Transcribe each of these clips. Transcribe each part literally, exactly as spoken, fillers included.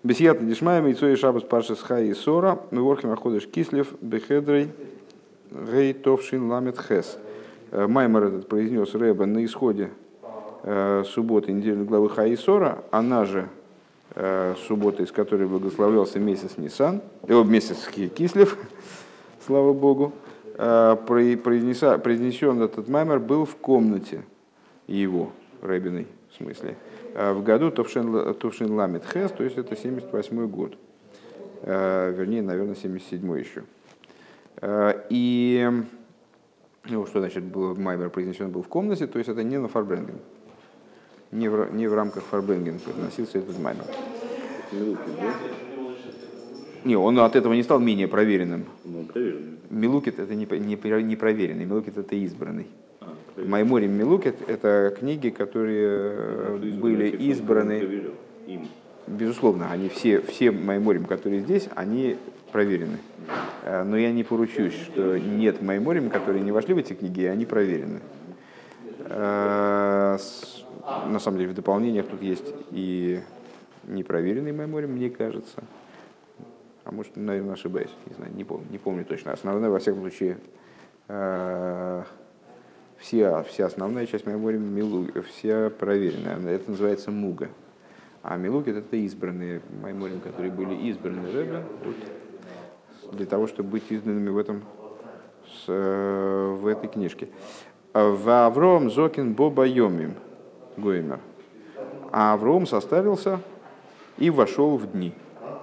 Бесията дешмаем и цой шабас паршас хай и сора, мы ворхим аходыш кислев бехедрей гей товшин ламет хес. Маймер этот произнес Рэбе на исходе субботы недельной главы Хай и Сора, она же суббота, из которой благословлялся месяц Нисан, его месяц Кислев, слава Богу, произнесен этот маймер был в комнате его, Рэбиной, в смысле, в году Товшин, Товшин Ламет Хес, то есть это семьдесят восьмой год, вернее, наверное, семьдесят седьмой еще. И ну, что значит был, маймер произнесен был в комнате, то есть это не на фарбренген, не в, не в рамках фарбренген произносился этот маймер. Не, он от этого не стал менее проверенным. Ну, проверенный. Милукит это не, не, не проверенный, Милукит это избранный. А, Майморим Милукит это книги, которые были избраны. Им. Безусловно, они все, все Майморим, которые здесь, они проверены. Но я не поручусь, что нет Майморим, которые не вошли в эти книги, и они проверены. На самом деле в дополнениях тут есть и непроверенный Майморим, мне кажется. А может, наверное, ошибаюсь, не знаю, не помню, не помню точно. Основная, во всяком случае, вся, вся основная часть Майморим, Милу, вся проверенная. Это называется Муга. А Милукит это избранные Майморим, которые были избраны Рэбе для того, чтобы быть изданными в, этом, в этой книжке. В Авром Зокин Боба Йомим Гоймер. А Авром состарился и вошел в дни.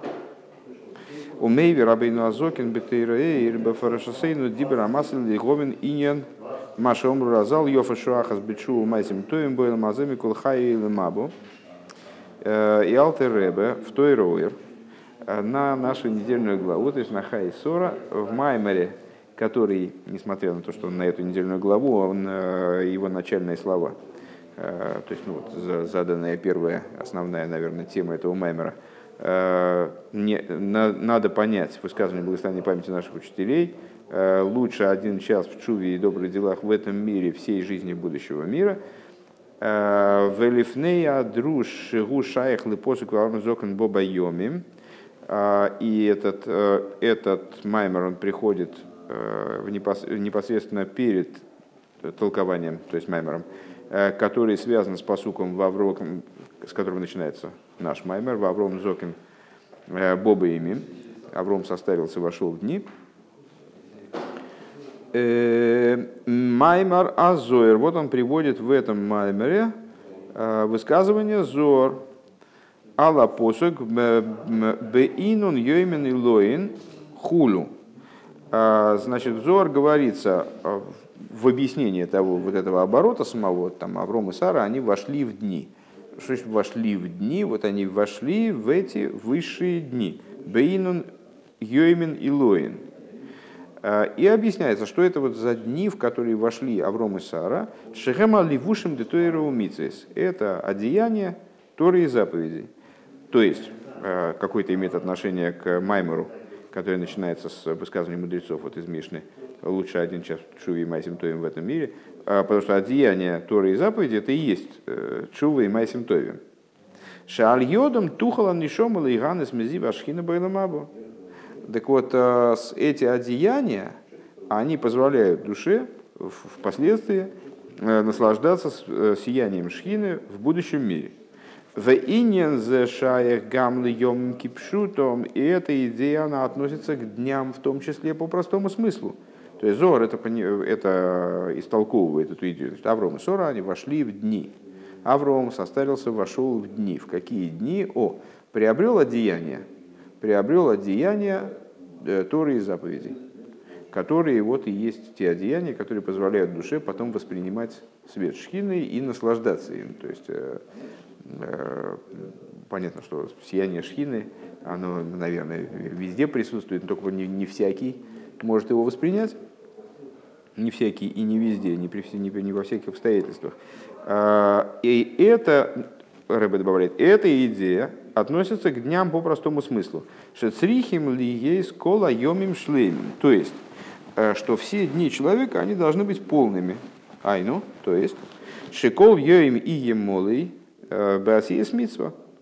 У Мейви Рабейну Азокин Бетейраэ Ирба Фарашасейну Дибера Масл Лиговин Иньян Маша Омру Разал Йофа Шуахас Бичу Майзим Тоем Бойл Маземи Кулхай и Лемабу и Алтер Ребе в той Роер на нашу недельную главу, то есть на Хай Сора, в Маймере, который, несмотря на то, что он на эту недельную главу, он, его начальные слова, то есть ну, вот, заданная первая, основная, наверное, тема этого Маймера, не, на, надо понять высказывание благословенной памяти наших учителей, лучше один час в чуве и добрых делах в этом мире всей жизни будущего мира. Велифнея друж шигу шаях липосик вармзокен боба йоми. И этот, этот маймер, он приходит непосредственно перед толкованием, то есть маймером, который связан с пасуком Вавром, с которого начинается наш маймер, Вавром Зокин Боба ими. Авром состарился, вошел в дни. Маймар Азоэр. Вот он приводит в этом маймере высказывание Зор. Алла посук беинун йоймен илоин хулу. Значит, в Зор говорится в объяснении того вот этого оборота самого, там Авром и Сара, они вошли в дни. Что значит вошли в дни? Вот они вошли в эти высшие дни. Беинун йоймен илоин. И объясняется, что это вот за дни, в которые вошли Авром и Сара. Шехема ливушим де тойра умицес. Это одеяние Торы и заповедей. То есть, какое-то имеет отношение к маймеру, который начинается с высказывания мудрецов вот из Мишны. Лучше один час чува и майсим товим в этом мире. Потому что одеяние Торы и заповеди это и есть чува и майсим товим. Шааль йодом тухала нишом и ганес мези вашхина байламабу. Так вот, эти одеяния, они позволяют душе впоследствии наслаждаться сиянием шхины в будущем мире. В иньян зе шаях гамлы йом кипшутом, и эта идея, она относится к дням, в том числе по простому смыслу. То есть Зоар это, это истолковывает эту идею. Значит, Авром и Сора, они вошли в дни. Авром состарился, вошел в дни. В какие дни? О, приобрел одеяние. Приобрел одеяния Торы и заповедей, которые вот и есть те одеяния, которые позволяют душе потом воспринимать свет шхины и наслаждаться им. То есть понятно, что сияние шхины, оно, наверное, везде присутствует, но только не, не всякий может его воспринять, не всякий и не везде, не, при, не, не во всяких обстоятельствах. И это, Рэбе добавляет, эта идея относится к дням по простому смыслу. Шецрихим ли есть кола йомим шлеймим. То есть, что все дни человека, они должны быть полными. Айну, то есть, шекол йоим и емолей беасиес митцва. То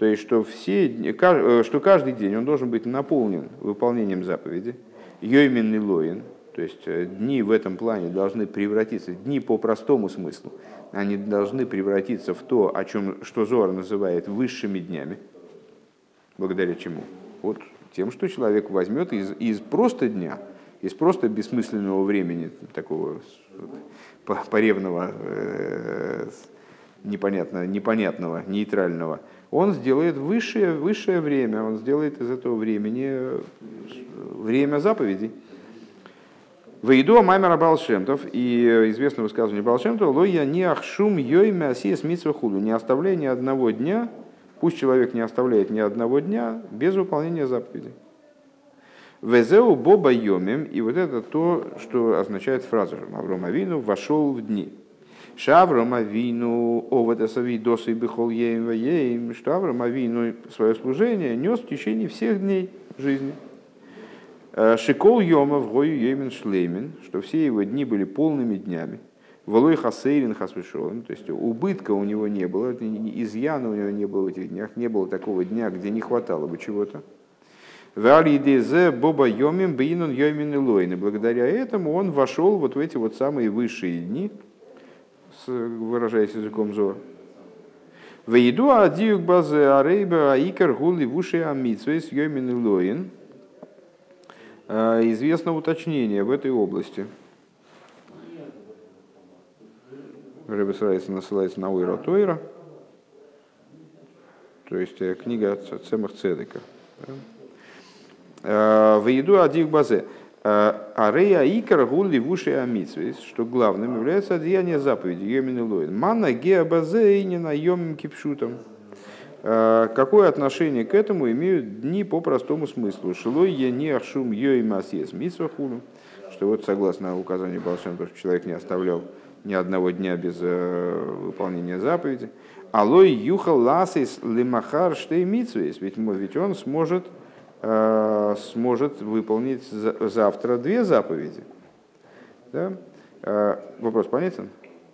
То есть, что, все, дни- ка- что каждый день он должен быть наполнен выполнением заповеди. Йоймен и лоин, то есть э, дни в этом плане должны превратиться, дни по простому смыслу, они должны превратиться в то, о чем, что Зоар называет высшими днями. Благодаря чему? Вот тем, что человек возьмет из, из просто дня, из просто бессмысленного времени, такого поревного, э, непонятно, непонятного, нейтрального, он сделает высшее, высшее время, он сделает из этого времени время заповедей. Вейду маймера Балшемтов, и известное высказывание Балшемтова, лоя не ахшум йой мясиес митсва худу, не оставляй ни одного дня, пусть человек не оставляет ни одного дня без выполнения заповедей. Везеу боба йомим, и вот это то, что означает фраза Авром Авину вошел в дни. Шавром Авину овадасави досы бихол еем веем, что Авром Авину свое служение нес в течение всех дней жизни. Шикол йома в гою йемен шлеймен, что все его дни были полными днями. Волой хасейрин хасвишолем, то есть убытка у него не было, изъяна у него не было в этих днях, не было такого дня, где не хватало бы чего-то. Валидезе боба йомим бейнун йомин илойн, и благодаря этому он вошел вот в эти вот самые высшие дни, выражаясь языком Зор. Вейду адиюк базе арейба аикар гули вуши амитсвейс йомин илойн. Известно уточнение в этой области. Ребе ссылается, ссылается на Ойра Тойра, то есть книга Цемах Цедека. В еду адик базе. Арея икар гулли вуши амитсвейс, что главным является одеяние заповеди. Йомин лоин. Манна геа базе и не на йомим кипшутом. Какое отношение к этому имеют дни по простому смыслу? Шилой я не ахшум йой масьес митсва худу. Что вот согласно указанию Балшемтова, что человек не оставлял ни одного дня без э, выполнения заповеди. Алой юхал ласис лимахар штей митсвейс. Ведь, ведь он сможет, э, сможет выполнить за, завтра две заповеди. Да? Э, вопрос понятен?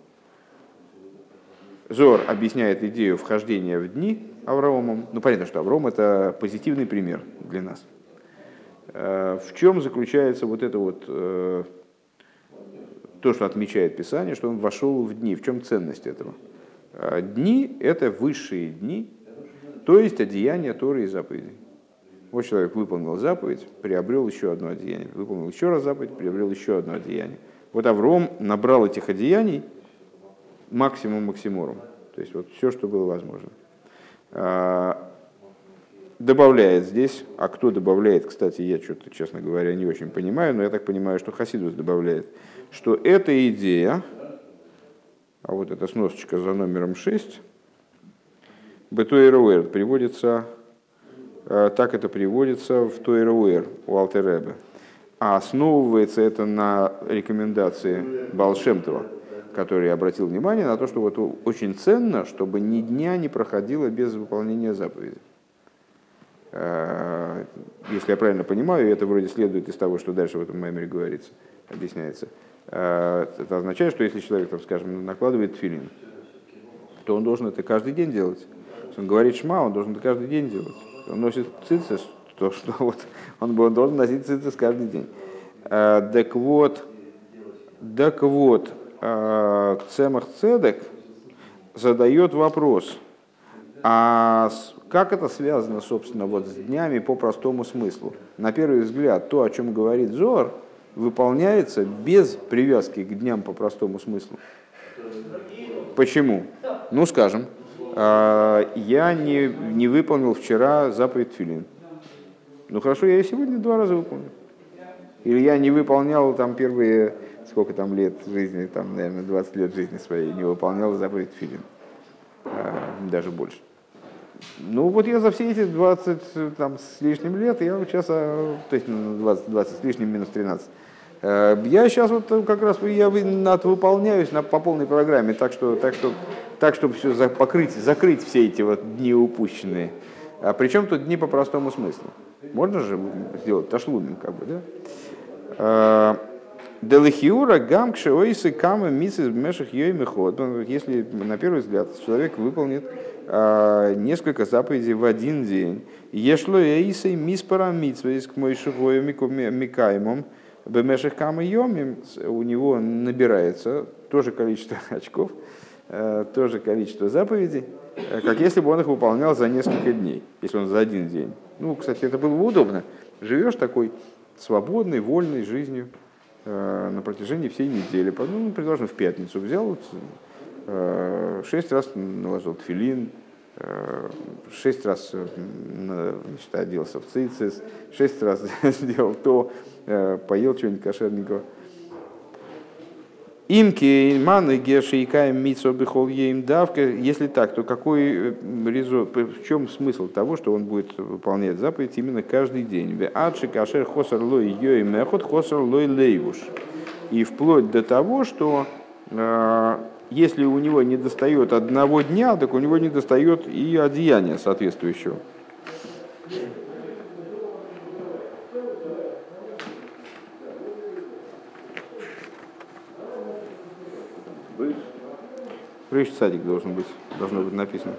Зор объясняет идею вхождения в дни Авраамом. Ну, понятно, что Авраам — это позитивный пример для нас. В чем заключается вот это вот, то, что отмечает Писание, что он вошел в дни? В чем ценность этого? Дни — это высшие дни, то есть одеяние Торы и заповедей. Вот человек выполнил заповедь, приобрел еще одно одеяние. Выполнил еще раз заповедь, приобрел еще одно одеяние. Вот Авраам набрал этих одеяний максимум максиморум. То есть вот все, что было возможно. Добавляет здесь, а кто добавляет, кстати, я что-то, честно говоря, не очень понимаю, но я так понимаю, что Хасидус добавляет, что эта идея, а вот эта сносочка за номером шесть, Бетойруэр приводится, так это приводится в Тойруэр у Алтер Ребе, а основывается это на рекомендации Баал Шем Това, который обратил внимание на то, что вот очень ценно, чтобы ни дня не проходило без выполнения заповедей. Если я правильно понимаю, это вроде следует из того, что дальше в этом маймере говорится, объясняется. Это означает, что если человек, там, скажем, накладывает тфилин, то он должен это каждый день делать. Если он говорит шма, он должен это каждый день делать. Он носит цицис, то что вот он должен носить цицис каждый день. Так вот, так вот, Цемах Цедек задает вопрос, а как это связано, собственно, вот с днями по простому смыслу? На первый взгляд, то, о чем говорит Зоар, выполняется без привязки к дням по простому смыслу. Почему? Ну, скажем, я не, не выполнил вчера заповедь тфилин. Ну, хорошо, я и сегодня два раза выполнил. Или я не выполнял там первые, сколько там лет жизни, там, наверное, двадцать лет жизни своей, не выполнял заповедь тфилин. Даже больше. Ну вот я за все эти двадцать там, с лишним лет, я вот сейчас, то есть двадцать, двадцать с лишним минус тринадцать, я сейчас вот как раз я выполняюсь на, по полной программе, так что, так что, так чтобы все покрыть, закрыть все эти вот дни упущенные. А причем тут дни по простому смыслу. Можно же сделать ташлумин, как бы, да? Делахиура гамкши ойсы камы мисс мешах йоймихот. Если на первый взгляд человек выполнит а, несколько заповедей в один день, ешло эйсей мисс парамитсвейс к мойшигою микаймом бемешах камы йомим, у него набирается тоже количество очков, тоже количество заповедей, как если бы он их выполнял за несколько дней, если он за один день. Ну, кстати, это было бы удобно. Живешь такой свободной, вольной жизнью на протяжении всей недели. Ну, предположим, в пятницу взял, шесть раз наложил тфилин, шесть раз, значит, оделся в цицис, шесть раз сделал то, поел что-нибудь кошерненького. Имки, маны, гешейкаем, митсо, бихол, ейм, давка. Если так, то какой резон, в чем смысл того, что он будет выполнять заповедь именно каждый день? Адши кашер хосар лой йой мехот хосар лой лейвуш. И вплоть до того, что э, если у него не достает одного дня, так у него не достает и одеяния соответствующего. Рейш садик должен быть, должно быть написано.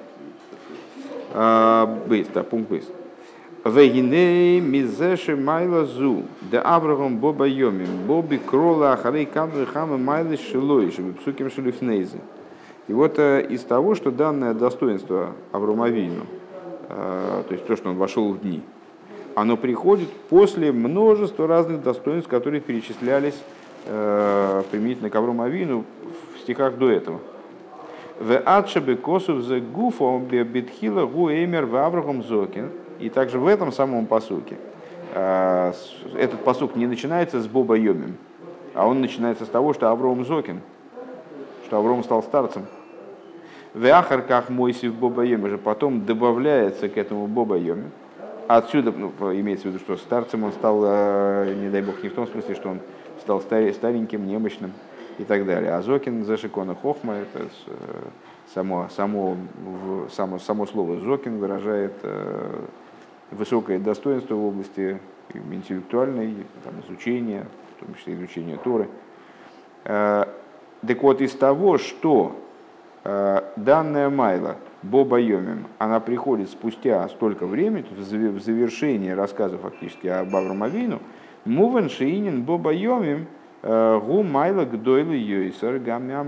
Бейс, да, пункт бейс. Вегиней мизеши майла зу, де Аврагам боба йомим, боби крола ахарей кадры хама майла шилой, чтобы псуким шилифнейзы. И вот из того, что данное достоинство Аврому Авину, то есть то, что он вошел в дни, оно приходит после множества разных достоинств, которые перечислялись применительно к Аврому Авину в стихах до этого. В Адшебе Косов за Гуфо Бетхила Гуэмер в Аврагам Зокин. И также в этом самом пасуке. Этот пасук не начинается с Боба Йомим, а он начинается с того, что Авром Зокин, что Авром стал старцем. В Ахарках Мойсив Боба Йомим же потом добавляется к этому Боба Йомим. Отсюда, ну, имеется в виду, что старцем он стал, не дай бог, не в том смысле, что он стал стареньким, немощным и так далее. А Зокин за Шикона Хохма, это само, само, само, само слово Зокин выражает высокое достоинство в области интеллектуальной, там, изучения, в том числе изучения Торы. Так вот, из того, что данная майла Боба Йомим, она приходит спустя столько времени, в завершении рассказа фактически об Аврому Авину, Мувен Шиинин Боба Йомим Гу майла гдойла йойсер гамма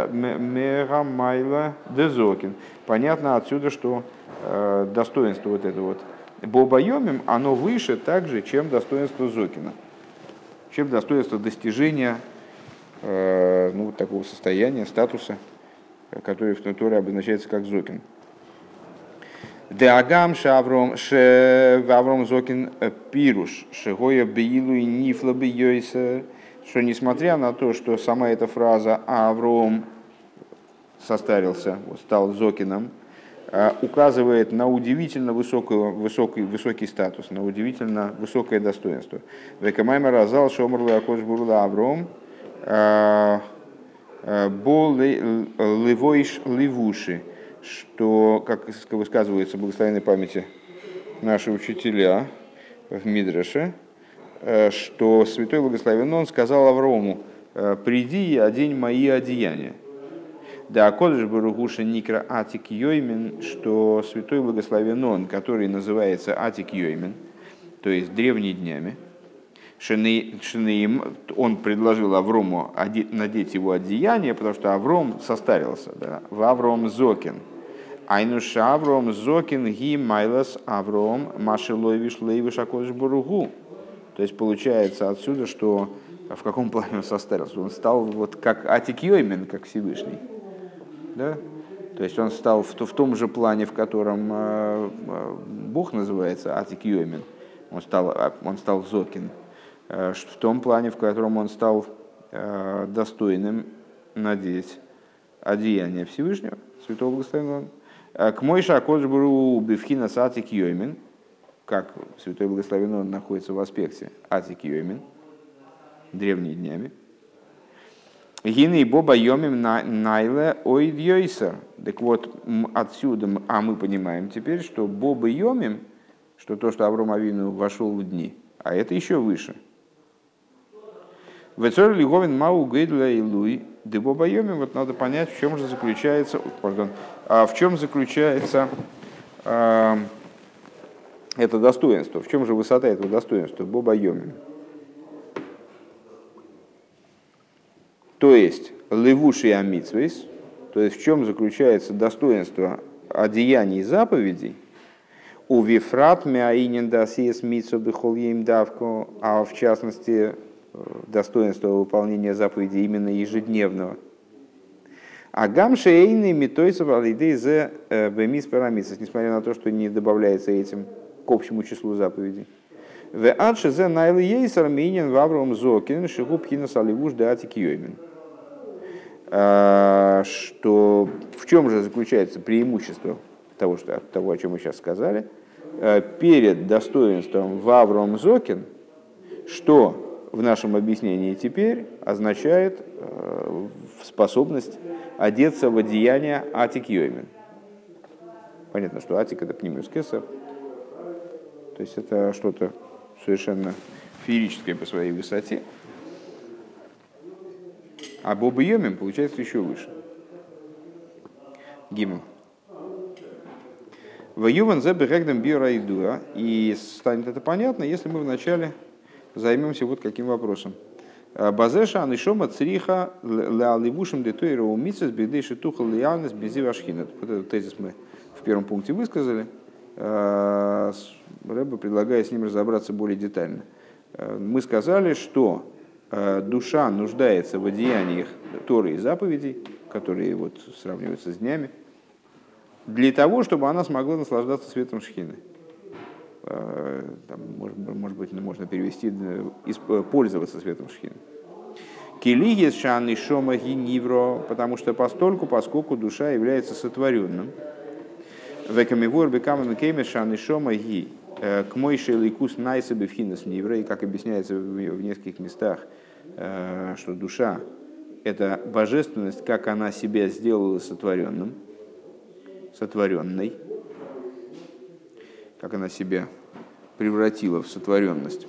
майла дезокин. Понятно отсюда, что достоинство вот этого вот Боба Йомим, оно выше также, чем достоинство Зокина, чем достоинство достижения ну, вот такого состояния, статуса, который в Торе обозначается как Зокин. Деагам шавром шавром Зокин пируш шегоя беилу и нифла бейойсер, что несмотря на то, что сама эта фраза Авром состарился, вот, стал Зокином, указывает на удивительно высокую, высокий, высокий статус, на удивительно высокое достоинство. Векамайма разал шомрла акошбурла Авром бол левойш левуши, что, как высказывается в благословенной памяти наши учителя в Мидраше, что святой благословен он сказал Аврому: приди и одень мои одеяния. Да, Кодыш Баругуша Никра Атик Йоймин, что святой благословен он, который называется Атик Йоймин, то есть древние днями, Шинеим, он предложил Аврому надеть его одеяние, потому что Авром состарился, да, в Авром Зокин. Айнуша Авром Зокин ги майлас Авром машилойвиш лейвиш акодыш Баругу. То есть получается отсюда, что в каком плане он состарился? Он стал вот как Атик Йоймин, как Всевышний. Да? То есть он стал в, в том же плане, в котором э, Бог называется Атик Йоймин. Он стал, он стал Зокин. Э, в том плане, в котором он стал э, достойным надеть одеяние Всевышнего, Святого Благословенного. К Мойше акодыш баругу бифхина с Атик Йоймин, как Святой Благословенный он находится в аспекте Атик Йоймин, древние днями. Гины и Боба Йомим найле ойд йойсер. Так вот, отсюда, а мы понимаем теперь, что Боба Йомим, что то, что Авром Авину вошел в дни, а это еще выше. Вецор лиговин мау гейдля и луи. Дебобайоми, вот надо понять, в чем же заключается, пардон, а в чем заключается э, это достоинство, в чем же высота этого достоинства, бобайоми. То есть, левуши амитсвейс, то есть, в чем заключается достоинство одеяний заповедей, у вифрат мяинен дасиес митсо бихольем давку, а в частности, достоинство выполнения заповедей именно ежедневного. А гамши эйны метойцев алидей зе бемис парамитсис, несмотря на то, что не добавляется этим к общему числу заповедей. В адше зе найл ейсар минен вавром зокин шигуб хинас аливуш датик йоймин. Что в чем же заключается преимущество того, что, того, о чем мы сейчас сказали, перед достоинством вавром зокин, что в нашем объяснении теперь означает э, способность одеться в одеяние атик йоймин. Понятно, что атик — это пнимиус кесар, то есть это что-то совершенно феерическое по своей высоте, а боба йомим получается еще выше. Гимн. Ваюван зе бегэгдэм биорайдуа, и станет это понятно, если мы вначале займемся вот каким вопросом. Базеша анишома цриха леаливушим детойра умитсис бедейши тухал лианес бези вашхинат. Вот этот тезис мы в первом пункте высказали. Рэбе предлагает с ним разобраться более детально. Мы сказали, что душа нуждается в одеяниях Торы и заповедей, которые вот сравниваются с днями, для того, чтобы она смогла наслаждаться светом шхины. Там, может, может быть, можно перевести пользоваться светом шхины. Килигес шанный шома ги нивро, потому что постольку, поскольку душа является сотворенным. Векамивор бекаман кейме шанный шома ги к мойшей лейкус найсабы финес нивро, и как объясняется в нескольких местах, что душа — это божественность, как она себя сделала сотворенным, сотворенной, как она себя превратила в сотворенность.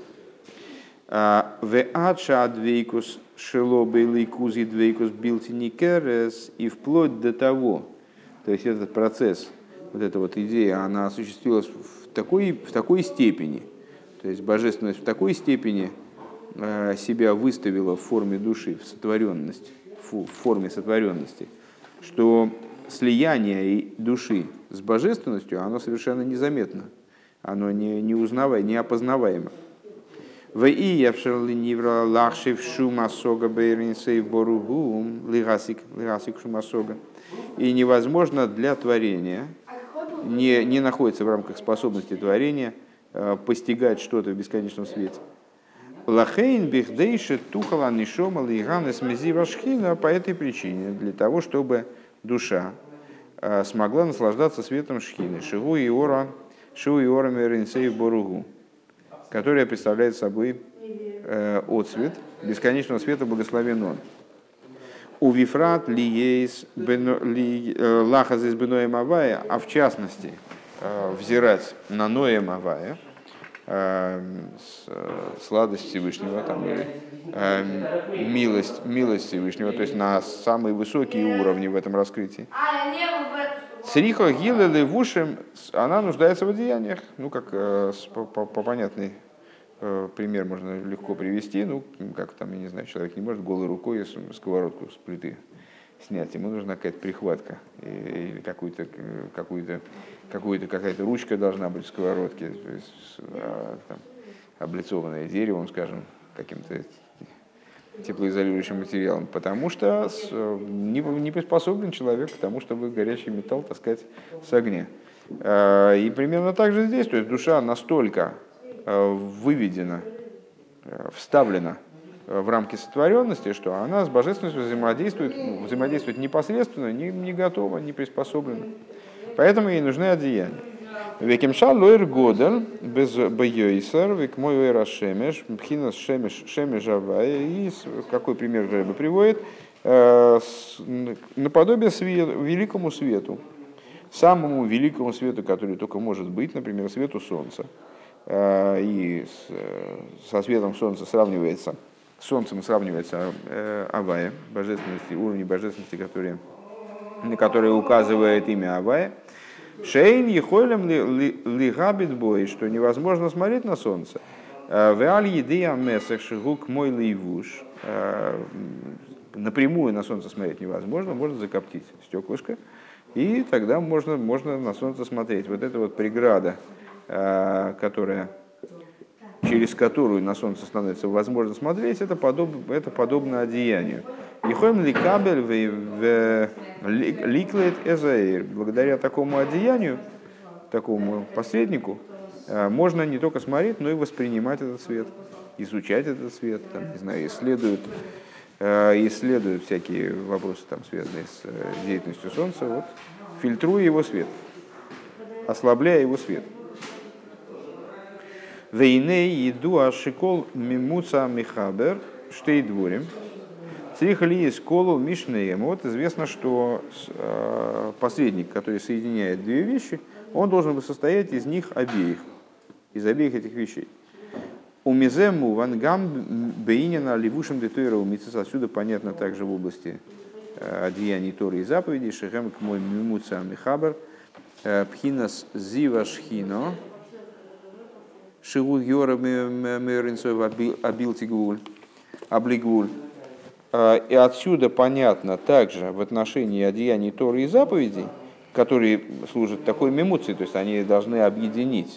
В адша двейкус шелобей лейкуз и двейкус билтиникерес, и вплоть до того, то есть этот процесс, вот эта вот идея, она осуществилась в такой, в такой степени, то есть божественность в такой степени себя выставила в форме души, в сотворенность, в форме сотворенности, что слияние души с божественностью, оно совершенно незаметно. Оно не, не узнаваемо, не опознаваемо. И невозможно для творения, не, не находится в рамках способности творения постигать что-то в бесконечном свете. Лахейн бихдейши тухала нишома лиганес мезива шхина, по этой причине, для того, чтобы душа смогла наслаждаться светом шхины, шигу и ора, шигу и ора меринсей боругу, которая представляет собой э, отцвет бесконечного света, благословен он. У вифрат ли ейс лахаз из беноем авая, а в частности э, взирать на ноем авая, э, сладость Всевышнего, там, или э, милость, милость Всевышнего, то есть на самые высокие уровни в этом раскрытии. Сриха гилы левушим, она нуждается в одеяниях, ну как э, по, по, по понятный э, пример можно легко привести, ну как там, я не знаю, человек не может голой рукой сковородку с плиты снять, ему нужна какая-то прихватка или какую-то, какую-то, какую-то, какая-то ручка должна быть в сковородке, то есть, а, там, облицованное деревом, скажем, каким-то теплоизолирующим материалом, потому что не, не приспособлен человек к тому, чтобы горячий металл таскать с огня. И примерно так же здесь, то есть душа настолько выведена, вставлена в рамки сотворенности, что она с божественностью взаимодействует, ну, взаимодействует непосредственно, не, не готова, не приспособлена. Поэтому ей нужны одеяния. Векимша лоир годер без бойойсер, век мой ойра шемеш, пхинас шемеш шемеш авая. И какой пример Рэбе приводит? Наподобие свет, великому свету, самому великому свету, который только может быть, например, свету солнца. И со светом солнца сравнивается Солнцем сравнивается э, Авая, божественности, уровни божественности, которые, на которые указывает имя Авая. Шейн ехолем лигабит бой, что невозможно смотреть на солнце. Веаль еды амесах шигук мой лейвуш. Напрямую на солнце смотреть невозможно, можно закоптить стеклышко, и тогда можно, можно на солнце смотреть. Вот эта вот преграда, которая, через которую на солнце становится возможно смотреть, это подобно, это подобно одеянию. Ехоем ли кабель в ликлет эзаир. Благодаря такому одеянию, такому посреднику, можно не только смотреть, но и воспринимать этот свет, изучать этот свет, там, не знаю, исследуют, исследуют всякие вопросы, там, связанные с деятельностью Солнца, вот, фильтруя его свет, ослабляя его свет. Вейней иду ашикол мимуца михабер штейдворим. Црихали из колу мишнеем. Вот известно, что посредник, который соединяет две вещи, он должен состоять из них обеих, из обеих этих вещей. У мизему вангам бейнина ливушем детойра умицес. Отсюда понятно также в области одеяний Торы и заповедей. Шехем к мой мимуца михабер пхинас зива шхино шигу йора мэринсов абилтигуль облигуль. И отсюда понятно также в отношении одеяний Торы и заповедей, которые служат такой мемуцией, то есть они должны объединить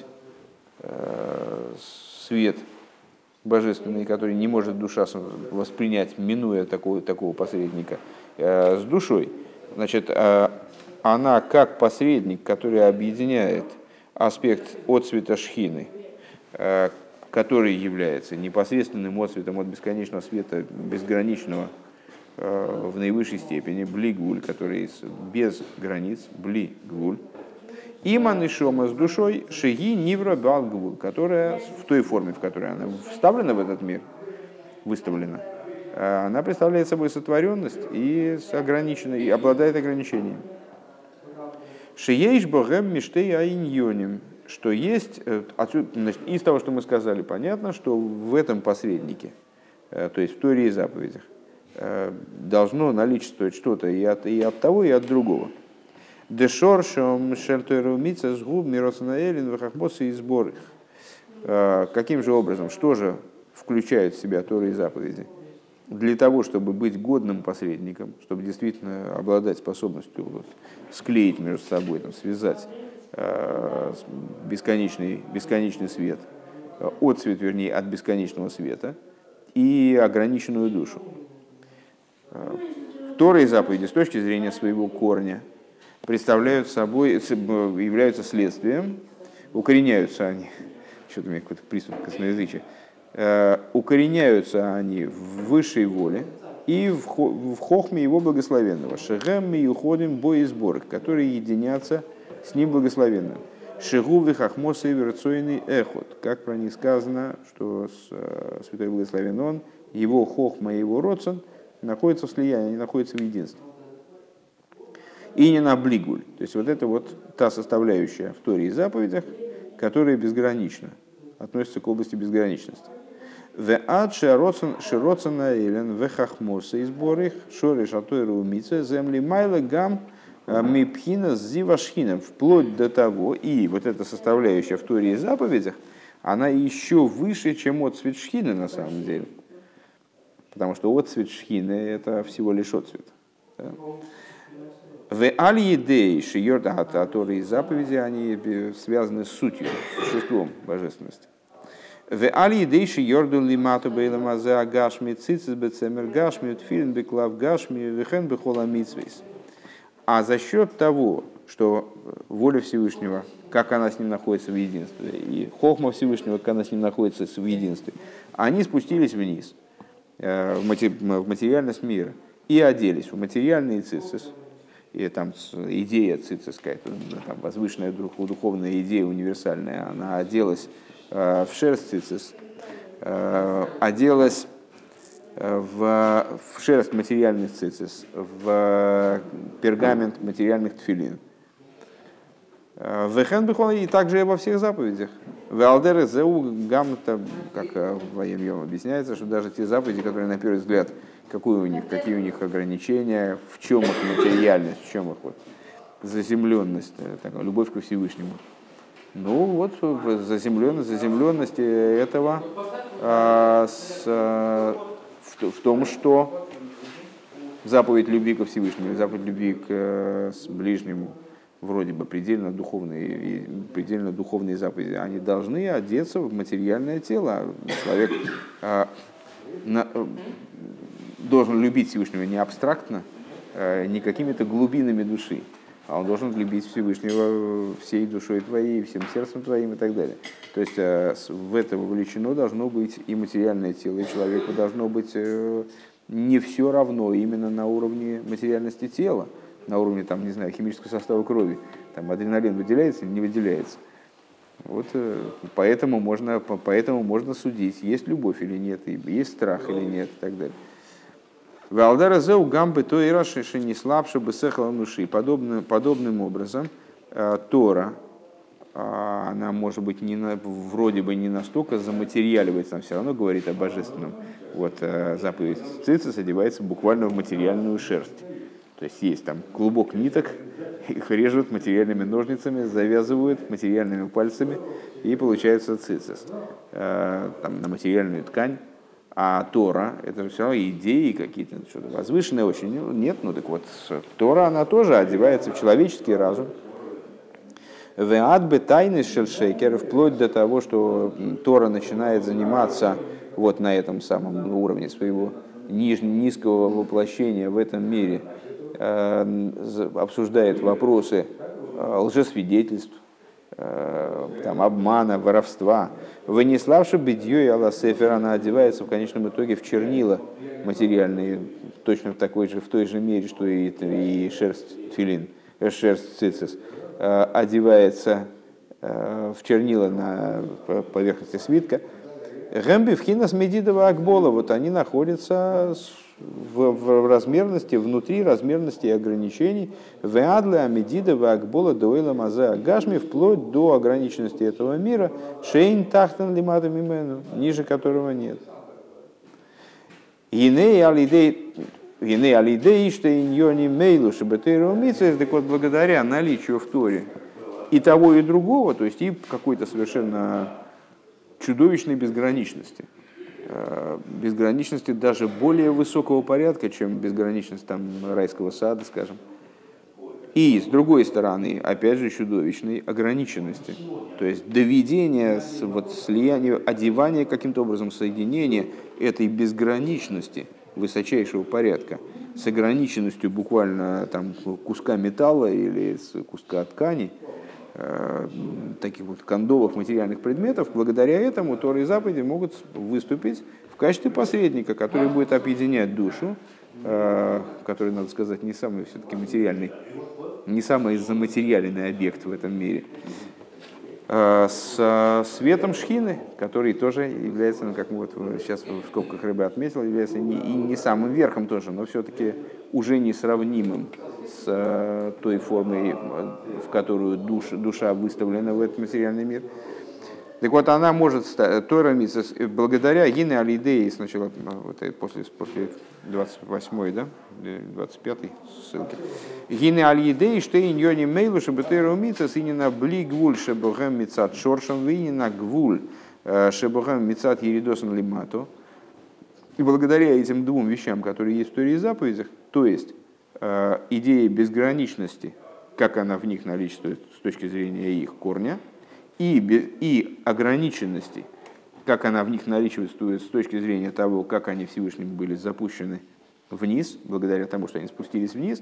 свет божественный, который не может душа воспринять, минуя такого, такого посредника, с душой. Значит, она как посредник, который объединяет аспект отцвета шхины, который является непосредственным отцветом от бесконечного света, безграничного в наивысшей степени, блигуль, который без границ, блигуль. И манишома с душой шеги нивра балгвуль, которая в той форме, в которой она вставлена в этот мир, выставлена, она представляет собой сотворенность и, с ограниченной, и обладает ограничениями. Шеейш богем миштей аиньоним. Что есть, отсюда, значит, из того, что мы сказали, понятно, что в этом посреднике, то есть в Торе и заповедях, должно наличествовать что-то и от, и от того, и от другого. Дешоршом шельтойрумица сгуб миросанаэлин вахахмосы и сборы. Каким же образом, что же включают в себя Торы и заповеди? Для того, чтобы быть годным посредником, чтобы действительно обладать способностью вот, склеить между собой, там, связать бесконечный, бесконечный свет, отцвет, вернее, от бесконечного света и ограниченную душу. Торы и заповеди с точки зрения своего корня представляют собой, являются следствием, укореняются они, что-то у меня какой-то приступ косноязычия, укореняются они в высшей воле и в хохме его благословенного, шегем и уходим бой и сборы, которые единятся с ним благословенным. Шигувы хахмосы верцойный эхот. Как про них сказано, что Святой Благословен Он, его хохма и его родствен находятся в слиянии, они находятся в единстве. И не на блигуль. То есть вот это вот та составляющая в Торе и заповедях, которая безгранична, относится к области безграничности. В ад широцена элен в хахмосы и сборы шориш атойру умица земли майла гам мипхина с зивашхином, вплоть до того, и вот эта составляющая в Торе и заповедях, она еще выше, чем отцвет шхины на самом деле. Потому что отцвет шхины — это всего лишь отцвет. В аль-едей шиёрда Торы и заповеди, они связаны с сутью, с существом божественности. В аль-едей шиёрду лимату бейламазе агашми цицис бецемер гашми утфилин беклав гашми вехен бехола митсвейс. А за счет того, что воля Всевышнего, как она с ним находится в единстве, и хохма Всевышнего, как она с ним находится в единстве, они спустились вниз, в материальность мира, и оделись в материальный цицис. И там идея цицис, какая-то там возвышенная духовная идея универсальная, она оделась в шерсть цицис, оделась в, в шерсть материальных цицис, в пергамент материальных тфилин. Вехен бихол и также и во всех заповедях. Валдер зеу гамта, как в Айем объясняется, что даже те заповеди, которые на первый взгляд, какие у них, какие у них ограничения, в чем их материальность, в чем их вот заземленность, такая, любовь ко Всевышнему. Ну вот в заземленность, заземленности этого а, с, а, в, в том, что заповедь любви ко Всевышнему, заповедь любви к с ближнему, вроде бы предельно духовные, предельно духовные заповеди, они должны одеться в материальное тело. Человек а, на, должен любить Всевышнего не абстрактно, а, не какими-то глубинами души, а он должен любить Всевышнего всей душой твоей, всем сердцем твоим и так далее. То есть в это вовлечено должно быть и материальное тело, и человеку должно быть не все равно именно на уровне материальности тела, на уровне, там, не знаю, химического состава крови. Там адреналин выделяется или не выделяется. Вот поэтому можно, поэтому можно судить, есть любовь или нет, есть страх или нет и так далее. Валдара зеу гамбы то и рашиши не слабше бы сехала нуши. Подобным, подобным образом Тора, она может быть не на, вроде бы не настолько заматериаливается, но все равно говорит о божественном. Вот заповедь цицис одевается буквально в материальную шерсть. То есть есть там клубок ниток, их режут материальными ножницами, завязывают материальными пальцами, и получается цицис. Там, на материальную ткань. А Тора, это все идеи какие-то, что-то возвышенное очень. Нет, ну так вот, Тора, она тоже одевается в человеческий разум. Веат бы тайны шельшекер, вплоть до того, что Тора начинает заниматься вот на этом самом уровне своего ниж, низкого воплощения в этом мире, э, обсуждает вопросы э, лжесвидетельств, там, обмана, воровства. Вынеславши бедью и алласефер, она одевается в конечном итоге в чернила материальные, точно в, такой же, в той же мере, что и, и шерсть тфилин, шерсть цицис, одевается в чернила на поверхности свитка. Гэмби в хинас медидова акбола, вот они находятся в, в размерности, внутри размерности и ограничений. Веадле амедидова акбола дуэла мазе агашми, вплоть до ограниченности этого мира. Шейн тахтан лимата мимену, ниже которого нет. Гиней алидей, гиней алидей, что иньони мейлу, чтобы ты ромиться, так вот благодаря наличию в Торе и того, и другого, то есть и какой-то совершенно чудовищной безграничности. Безграничности даже более высокого порядка, чем безграничность там, райского сада, скажем. И, с другой стороны, опять же, чудовищной ограниченности. То есть доведение, вот, слияния, одевание каким-то образом, соединение этой безграничности высочайшего порядка с ограниченностью буквально там, куска металла или с куска ткани, таких вот кондовых материальных предметов, благодаря этому Тора и заповеди могут выступить в качестве посредника, который будет объединять душу, который, надо сказать, не самый все-таки материальный, не самый заматериальный объект в этом мире, с светом шхины, который тоже является, ну, как мы вот сейчас в скобках рыбы отметил, является не, и не самым верхом тоже, но все-таки уже несравнимым с той формой, в которую душ, душа выставлена в этот материальный мир. Так вот, она может стать, Тора Мицис, благодаря Гине Алидеи, сначала вот, после, после двадцать восьмой, да, двадцать пятой ссылки. Гине Алидеи, что и ньони мейлу, чтобы Тора Мицис, и не на бли гвуль, шебогам мицат шоршам, и не на гвуль, шебогам мицат еридосан лимату. И благодаря этим двум вещам, которые есть в Торе и заповедях, то есть идея безграничности, как она в них наличествует с точки зрения их корня, и, и ограниченности, как она в них наличествует с точки зрения того, как они Всевышним были запущены вниз, благодаря тому, что они спустились вниз,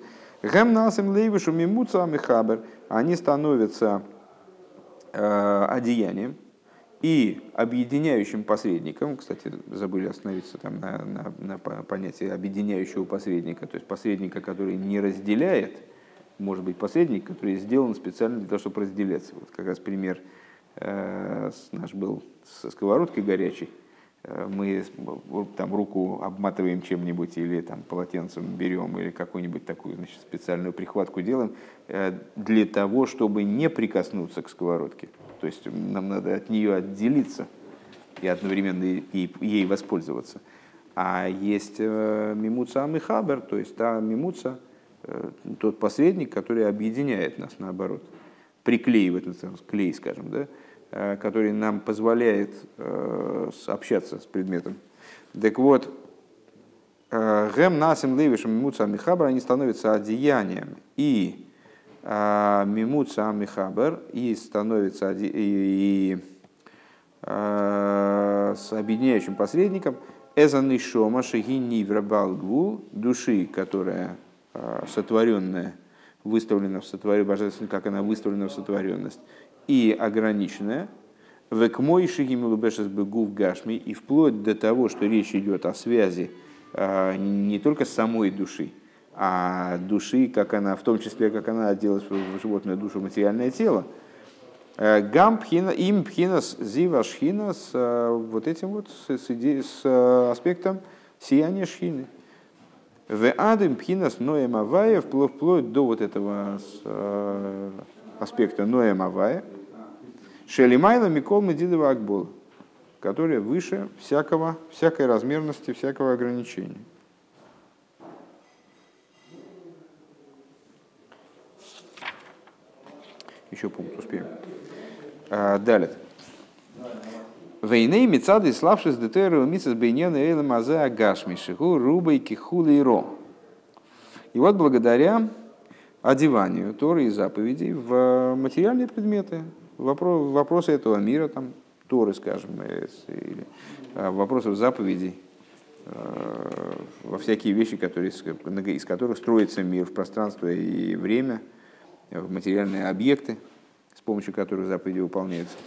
они становятся э, одеянием и объединяющим посредником. Кстати, забыли остановиться там на, на, на понятии объединяющего посредника, то есть посредника, который не разделяет, может быть посредник, который сделан специально для того, чтобы разделяться. Вот как раз пример э, наш был со сковородкой горячей. мы там руку обматываем чем-нибудь или там полотенцем берем или какую-нибудь такую, значит, специальную прихватку делаем для того, чтобы не прикоснуться к сковородке. То есть нам надо от нее отделиться и одновременно ей, ей воспользоваться. А есть мимуца амихабер, то есть та мимуца, тот посредник, который объединяет нас, наоборот, приклеивает, клей, скажем, да, который нам позволяет э, общаться с предметом. Так вот, гэм насим левишем мимуца амихабер, они становятся одеянием и э, мимуца амихабер, и становятся оде... и, и, э, с объединяющим посредником эзан ишома шеги нивра балгвул, души, которая э, сотворенная, выставлена в сотворенность, божественность, как она выставлена в сотворенность, и ограниченная, векмой шигимилубешес бегув гашми, и вплоть до того, что речь идет о связи э, не только самой души, а души, как она, в том числе, как она отделась в животную душу, материальное тело. Гам пхина, им пхинас зива шхина с вот этим вот, с, идеей, с аспектом сияния шхины. В адым пхинас ноем авая, вплоть до вот этого с, аспекта ноем авая, шелимайла микол медидова акбол, который выше всякого, всякой размерности, всякого ограничения. Еще пункт успеем. А, далее. Войны мецады славшись детейру мицас бейнена эйла мазе агашми шигу рубой кихули ро. И вот благодаря одеванию Торы и заповедей в материальные предметы, вопрос, вопросы этого мира, там, Торы, скажем, или вопросов заповедей, во всякие вещи, которые, из которых строится мир в пространство и время, в материальные объекты, с помощью которых заповеди выполняются.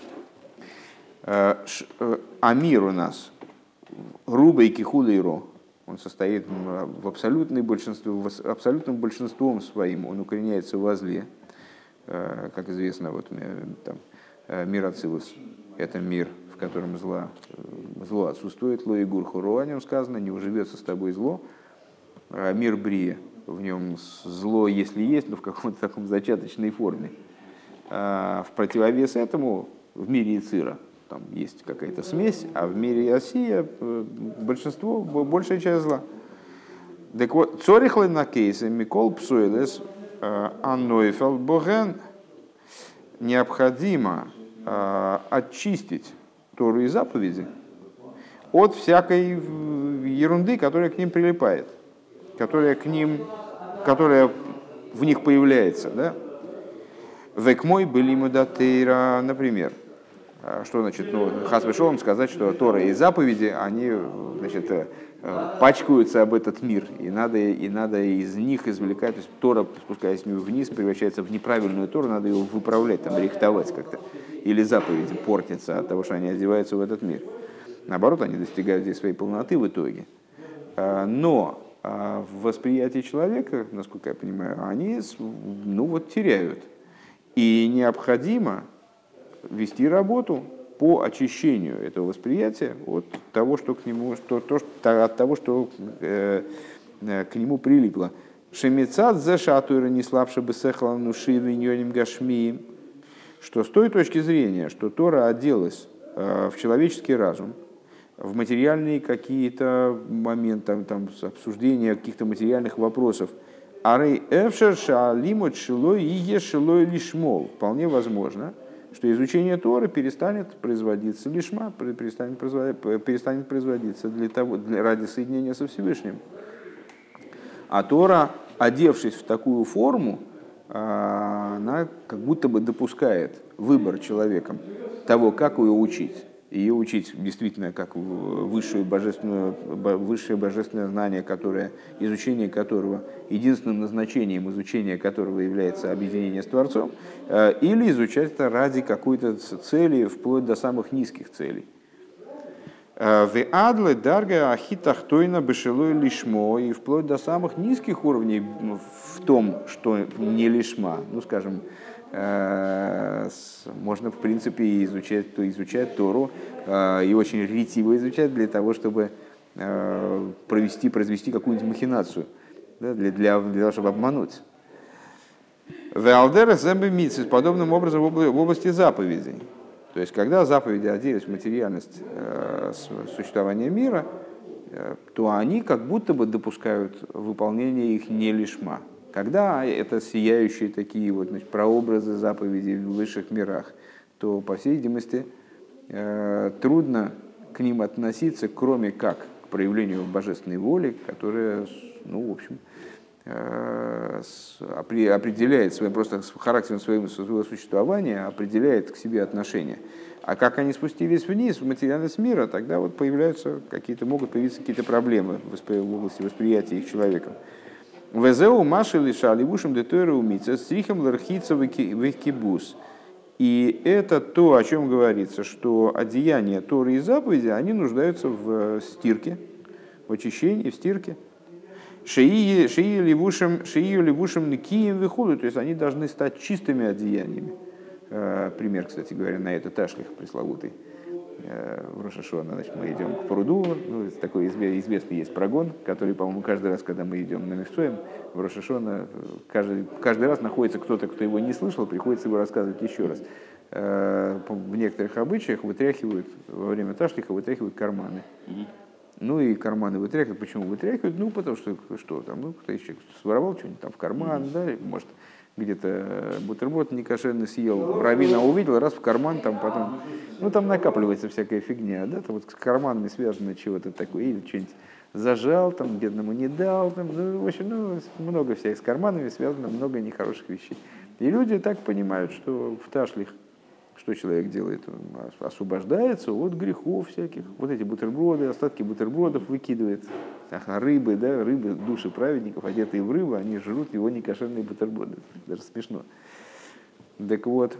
А мир у нас рубой кихули и ро. Он состоит в абсолютном большинстве, в абсолютном большинством своим, он укореняется во зле. Как известно, вот, там, мир Ацилус – это мир, в котором зла, зло отсутствует. Ло и гур хуро, о нем сказано, не уживется с тобой зло. Мир Брия, в нем зло, если есть, но в каком-то таком зачаточной форме. В противовес этому в мире Ицира там есть какая-то смесь, а в мире Осия большинство, большая часть зла. Так вот, цорихлы на кейсе Микол Псуэлес Аннойфел Боген, необходимо очистить Тору и заповеди от всякой ерунды, которая к ним прилипает, которая к ним, которая в них появляется, да? Векмой были мудатейра, например. Что значит, ну, хас вешовым сказать, что Тора и заповеди, они, значит, пачкаются об этот мир, и надо, и надо из них извлекать, то есть Тора, спускаясь вниз, превращается в неправильную Тору, надо его выправлять, там, рихтовать как-то, или заповеди портятся от того, что они одеваются в этот мир. Наоборот, они достигают здесь своей полноты в итоге. Но в восприятии человека, насколько я понимаю, они, ну, вот, теряют. И необходимо вести работу по очищению этого восприятия от того, что к нему, что, то, что, от того, что э, э, к нему прилипло. Шемицат за шатура не слабше бы сехала нуши виньоним гашми. Что с той точки зрения, что Тора оделась э, в человеческий разум, в материальные какие-то моменты, там, обсуждения каких-то материальных вопросов, арей эфшер шаалимот шилой и ешилой лишмол. Вполне возможно, что изучение Торы перестанет производиться лишма, перестанет производиться, перестанет производиться для того, для, ради соединения со Всевышним. А Тора, одевшись в такую форму, она как будто бы допускает выбор человеком того, как ее учить. Ее учить действительно как высшее божественное, высшее божественное знание, которое, изучение которого, единственным назначением изучения которого является объединение с Творцом, или изучать это ради какой-то цели, вплоть до самых низких целей. В адле дарга ахитахтойна бешелой лишмо, и вплоть до самых низких уровней в том, что не лишма, ну скажем, можно, в принципе, изучать, то изучать Тору и очень ретиво изучать для того, чтобы провести, произвести какую-нибудь махинацию, да, для, для, для того, чтобы обмануть. Веалдера зэмбэмитсис, подобным образом в области заповедей. То есть, когда заповеди оделись в материальность э, существования мира, э, то они как будто бы допускают выполнение их не лишма. Когда это сияющие такие вот, значит, прообразы заповедей в высших мирах, то, по всей видимости, э, трудно к ним относиться, кроме как к проявлению божественной воли, которая, ну, в общем, определяет своим просто характером своего, своего существования, определяет к себе отношения. А как они спустились вниз в материальность мира, тогда вот появляются какие-то, могут появиться какие-то проблемы в области восприятия их человеком. Везеу маши лиша ливушим детойра умица стрихом лархица векибус. И это то, о чем говорится, что одеяния Торы и заповеди, они нуждаются в стирке, в очищении, в стирке. Шии левушим никием выходу, то есть они должны стать чистыми одеяниями. Пример, кстати говоря, на это ташлих пресловутый. В Рош ха-Шана, значит, мы идем к пруду, ну, такой известный есть прогон, который, по-моему, каждый раз, когда мы идем на Мевцоем, в Рош ха-Шана, каждый, каждый раз находится кто-то, кто его не слышал, приходится его рассказывать еще раз. В некоторых обычаях вытряхивают, во время ташлиха вытряхивают карманы. Ну и карманы вытряхивают. Почему вытряхивают? Ну, потому что, что там, ну, кто еще своровал что-нибудь там в карман, mm-hmm. да, может, где-то бутерброд некошерный съел, раввина увидел, раз в карман, там потом, ну, там накапливается всякая фигня, да, там вот с карманами связано чего-то такое, или что-нибудь зажал, там, бедному не дал, там, ну, в общем, ну, много всяких с карманами связано, много нехороших вещей. И люди так понимают, что в ташлих что человек делает? Он освобождается от грехов всяких. Вот эти бутерброды, остатки бутербродов выкидывает. Ага, рыбы, да, рыбы, души праведников, одетые в рыбу, они жрут его некошерные бутерброды. Даже смешно. Так вот,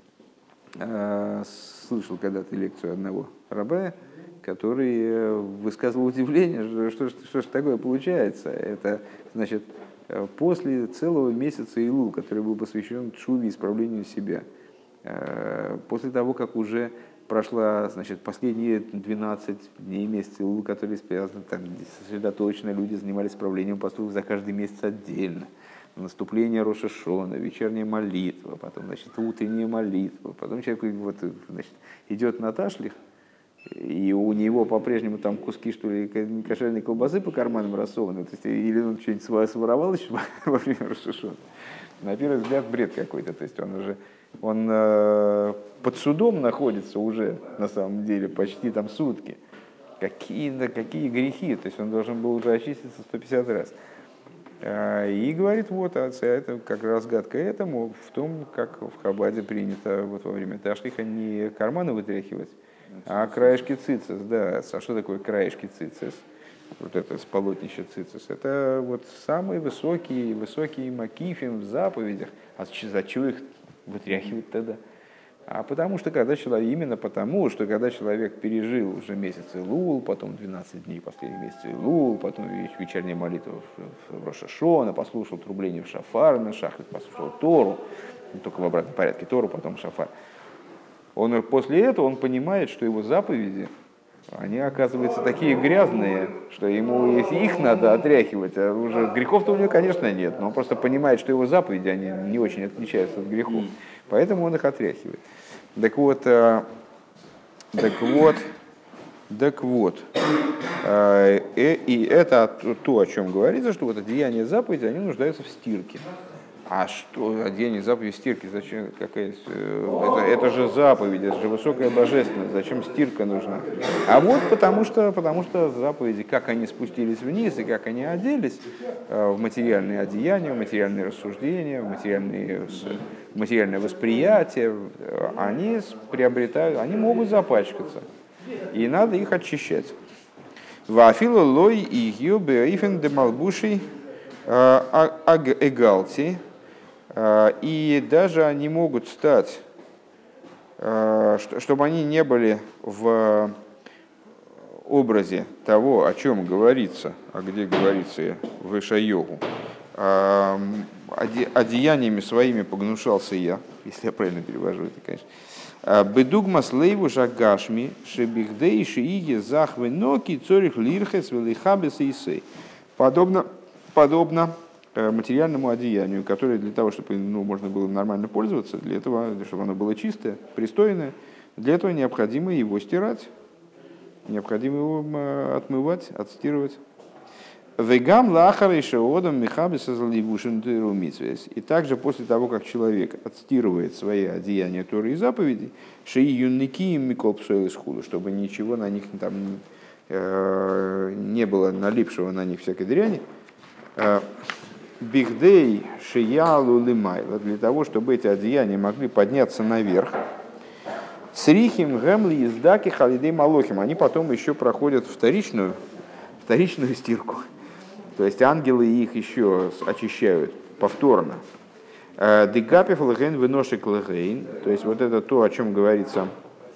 слышал когда-то лекцию одного рабая, который высказывал удивление, что, что, что же такое получается. Это, значит, после целого месяца Илул, который был посвящен тшуве, исправлению себя, после того, как уже прошла, значит, последние двенадцать дней месяца Илул, которые связаны, там сосредоточенно люди занимались исправлением поступков за каждый месяц отдельно. Наступление Рош ха-Шана, вечерняя молитва, потом, значит, утренняя молитва, потом человек вот, значит, идет на ташлих, и у него по-прежнему там куски, что ли, кошерной колбасы по карманам рассованы, то есть, или он что-нибудь своровал еще во время Рош ха-Шана. На первый взгляд бред какой-то, то есть он уже он э, под судом находится уже на самом деле почти там сутки. Какие, да, какие грехи, то есть он должен был уже очиститься сто пятьдесят раз. Э, и говорит, вот, отца, это как разгадка этому в том, как в Хабаде принято вот во время ташлиха не карманы вытряхивать, а краешки цицис. Да, а что такое краешки цицис? Вот это с полотнища цицис. Это вот самые высокие, высокие макифим в заповедях. А за чего их вытряхивать тогда? А потому что когда человек, именно потому, что когда человек пережил уже месяц Илул, потом двенадцать дней последних месяцев Илул, потом вечерняя молитва в Рош ха-Шана, послушал трубление в шафар на шахрит, послушал Тору, только в обратном порядке Тору, потом шафар. Он, после этого он понимает, что его заповеди, они, оказываются, такие грязные, что ему их надо отряхивать. А уже грехов-то у него, конечно, нет, но он просто понимает, что его заповеди, они не очень отличаются от грехов. Поэтому он их отряхивает. Так вот, так вот, так вот. И это то, о чем говорится, что вот одеяния заповеди, они нуждаются в стирке. А что одеяние заповеди стирки? Зачем? Какая, это, это же заповедь, это же высокая божественность. Зачем стирка нужна? А вот потому что, потому что заповеди, как они спустились вниз и как они оделись в материальные одеяния, в материальные рассуждения, в, материальные, в материальное восприятие, они приобретают, они могут запачкаться. И надо их очищать. Вафила лой и гюбе ифен де малбуши эгалти. И даже они могут стать, чтобы они не были в образе того, о чем говорится, а где говорится в Ишайогу, одеяниями своими погнушался я, если я правильно перевожу это, конечно. Бедугмас лейву жагашми шебихдей шииги захвы ноки цорих лирхес велихабес и сей. Подобно, подобно материальному одеянию, которое для того, чтобы ну, можно было нормально пользоваться, для этого, чтобы оно было чистое, пристойное, для этого необходимо его стирать, необходимо его отмывать, отстирывать. Вегам лахар и шеодам михабиса заливушин тырумитвес. И также после того, как человек отстирывает свои одеяния Торы и заповедей, шеи юнники микол псойл из худу, чтобы ничего на них там э, не было налипшего на них всякой дряни. Бигдей шиялу лимайла, для того, чтобы эти одеяния могли подняться наверх. Срихим гемли издаки халидей малохим. Они потом еще проходят вторичную, вторичную стирку. То есть ангелы их еще очищают повторно. Дегапев леген выношек легейн. То есть вот это то, о чем говорится,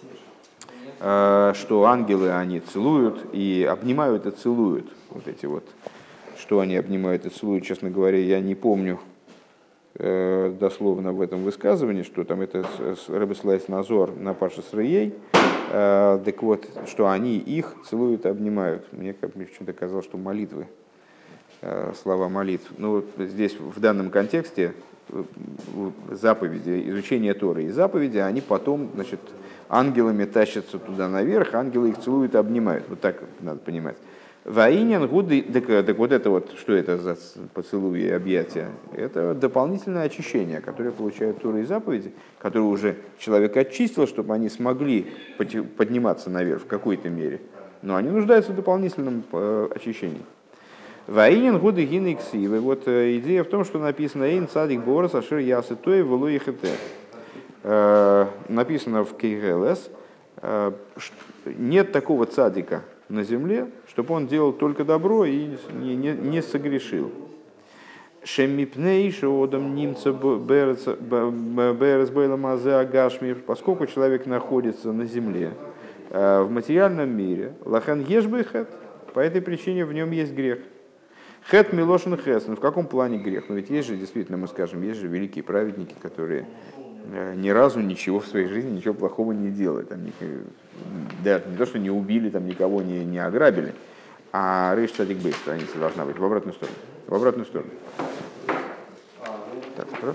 что ангелы они целуют и обнимают и целуют. Вот эти вот, что они обнимают и целуют, честно говоря, я не помню дословно в этом высказывании, что там это Ребе Слайс Назор на Паршас Реей. Так вот, что они их целуют и обнимают. Мне почему-то казалось, что молитвы. Слова молитв. Ну, здесь в данном контексте заповеди, изучение Торы и заповеди, они потом, значит, ангелами тащатся туда наверх, ангелы их целуют и обнимают. Вот так надо понимать. Ваинен гуды, так, так вот это вот, что это за поцелуи и объятия? Это дополнительное очищение, которое получают Торы и заповеди, которые уже человек очистил, чтобы они смогли подниматься наверх в какой-то мере. Но они нуждаются в дополнительном очищении. Ваинен гуды гинексивы. Вот идея в том, что написано «Эйн цадик борос ашир ясы той вело ихете». Написано в Кейгелес, нет такого цадика на земле, чтобы он делал только добро и не, не, не согрешил. Шемипней шеодам немца берес бейламазе агашмир, поскольку человек находится на земле, в материальном мире, лахан ешбы хэт, по этой причине в нем есть грех. Хэт милошин хэсен. В каком плане грех? Но ведь есть же, действительно, мы скажем, есть же великие праведники, которые ни разу ничего в своей жизни, ничего плохого не делают. Там, да, не то, что не убили, там, никого не, не ограбили, а рейш цадик бейс, страница должна быть в обратную сторону. В обратную сторону. Так, раз.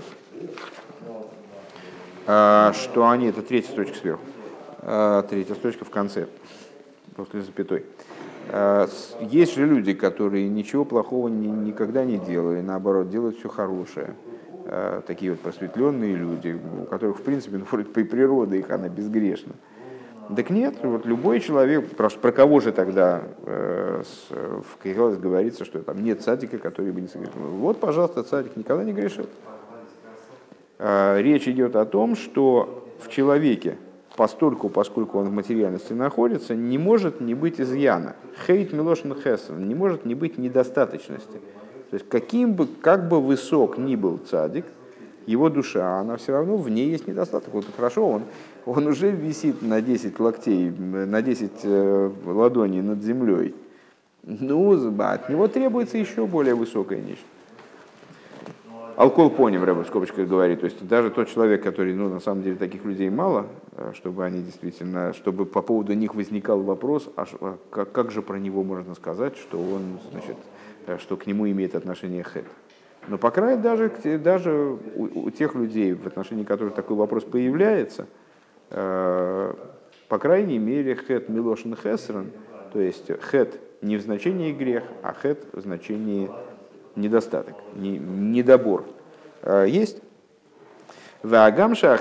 А, что они, это третья строчка сверху. А, третья строчка в конце, после запятой. Есть же люди, которые ничего плохого ни, никогда не делали, наоборот, делают все хорошее. Такие вот просветленные люди, у которых, в принципе, ну, по природе их она безгрешна. Так нет, вот любой человек, про, про кого же тогда э, с, в Кейгелес говорится, что там нет цадика, который бы не согрешил. Вот, пожалуйста, цадик никогда не грешит. Э, речь идет о том, что в человеке, постольку, поскольку он в материальности находится, не может не быть изъяна. Хейт милошин хесен, не может не быть недостаточности. То есть каким бы, как бы высок ни был цадик, его душа, она все равно, в ней есть недостаток. Вот хорошо, он, он уже висит на десять локтей, на десять э, ладоней над землей. Ну, от него требуется еще более высокое нечто. Алкол поним, Рэбе в скобочках говорит. То есть даже тот человек, который, ну, на самом деле, таких людей мало, чтобы они действительно, чтобы по поводу них возникал вопрос, а как, как же про него можно сказать, что он, значит, что к нему имеет отношение хэт. Но, по крайней мере, даже, даже у, у тех людей, в отношении которых такой вопрос появляется, э, по крайней мере, хэт милошин хесрен, то есть хэт не в значении грех, а хэт в значении недостаток, не, недобор. Э, есть? Несмотря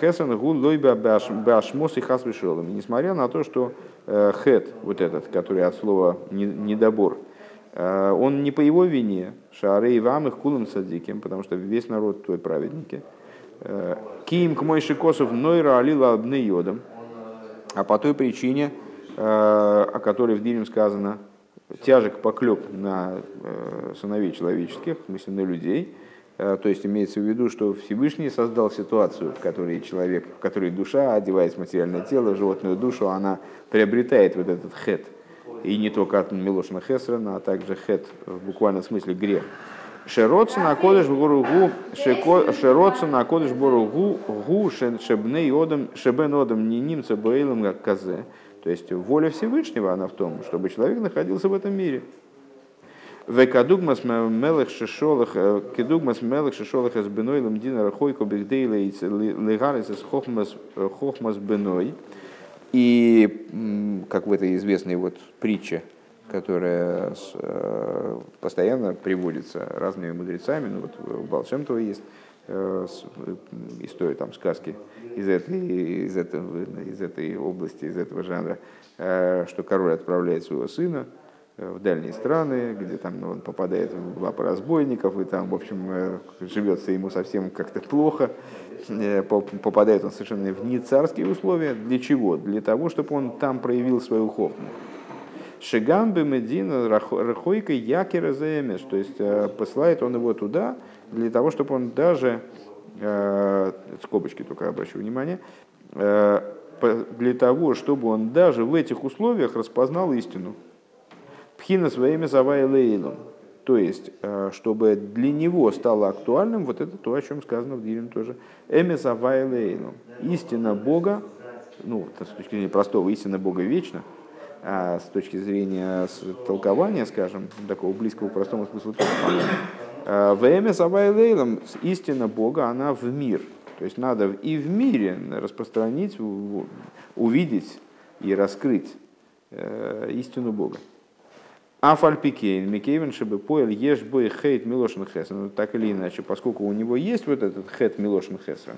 на то, что э, хэт, вот этот, который от слова недобор, он не по его вине, шаарей вам их кулам садиким, потому что весь народ твой праведники. Киим к мойши косов нойра алила абны йодом, а по той причине, о которой в Дилем сказано, тяжек поклеп на сыновей человеческих, в смысле на людей. То есть имеется в виду, что Всевышний создал ситуацию, в которой человек, в которой душа, одеваясь в материальное тело, животную душу, она приобретает вот этот хэт. И не только от Милошина Хесрена, а также хэт в буквальном смысле грех. Шероца на кодыш боругу, шероца на кодыш боругу, гу шебней одам, шебен одам не немца бейлом как казе. То есть воля Всевышнего, она в том, чтобы человек находился в этом мире. Векадугмас мелех шешолах, кедугмас мелех шешолах с бенойлом динара хойко бигдейле легарис с хохмас хохмас беной. И как в этой известной вот притче, которая постоянно приводится разными мудрецами, ну вот у Баал Шем Това есть история, там, сказки из этой, из, этого, из этой области, из этого жанра, что король отправляет своего сына в дальние страны, где там ну, он попадает в лапы разбойников, и там, в общем, живется ему совсем как-то плохо, попадает он совершенно в не царские условия. Для чего? Для того, чтобы он там проявил свою хохму. Шиган бы Медина рахойка якера заэмеш, то есть посылает он его туда для того, чтобы он даже, скобочки только обращу внимание, для того, чтобы он даже в этих условиях распознал истину. Пхина своими завай лейлом, то есть чтобы для него стало актуальным вот это то, о чем сказано в Дилем тоже. Эме завай лейлом, истина Бога, ну с точки зрения простого, истина Бога вечна. А с точки зрения толкования, скажем, такого близкого к простому смыслу, время Савай Лейлом, истина Бога, она в мир. То есть надо и в мире распространить, увидеть и раскрыть истину Бога. А фальпикейн, микейвен, чтобы поэль еш бой хейт милошен хесен. Так или иначе, поскольку у него есть вот этот хет милошен хесен,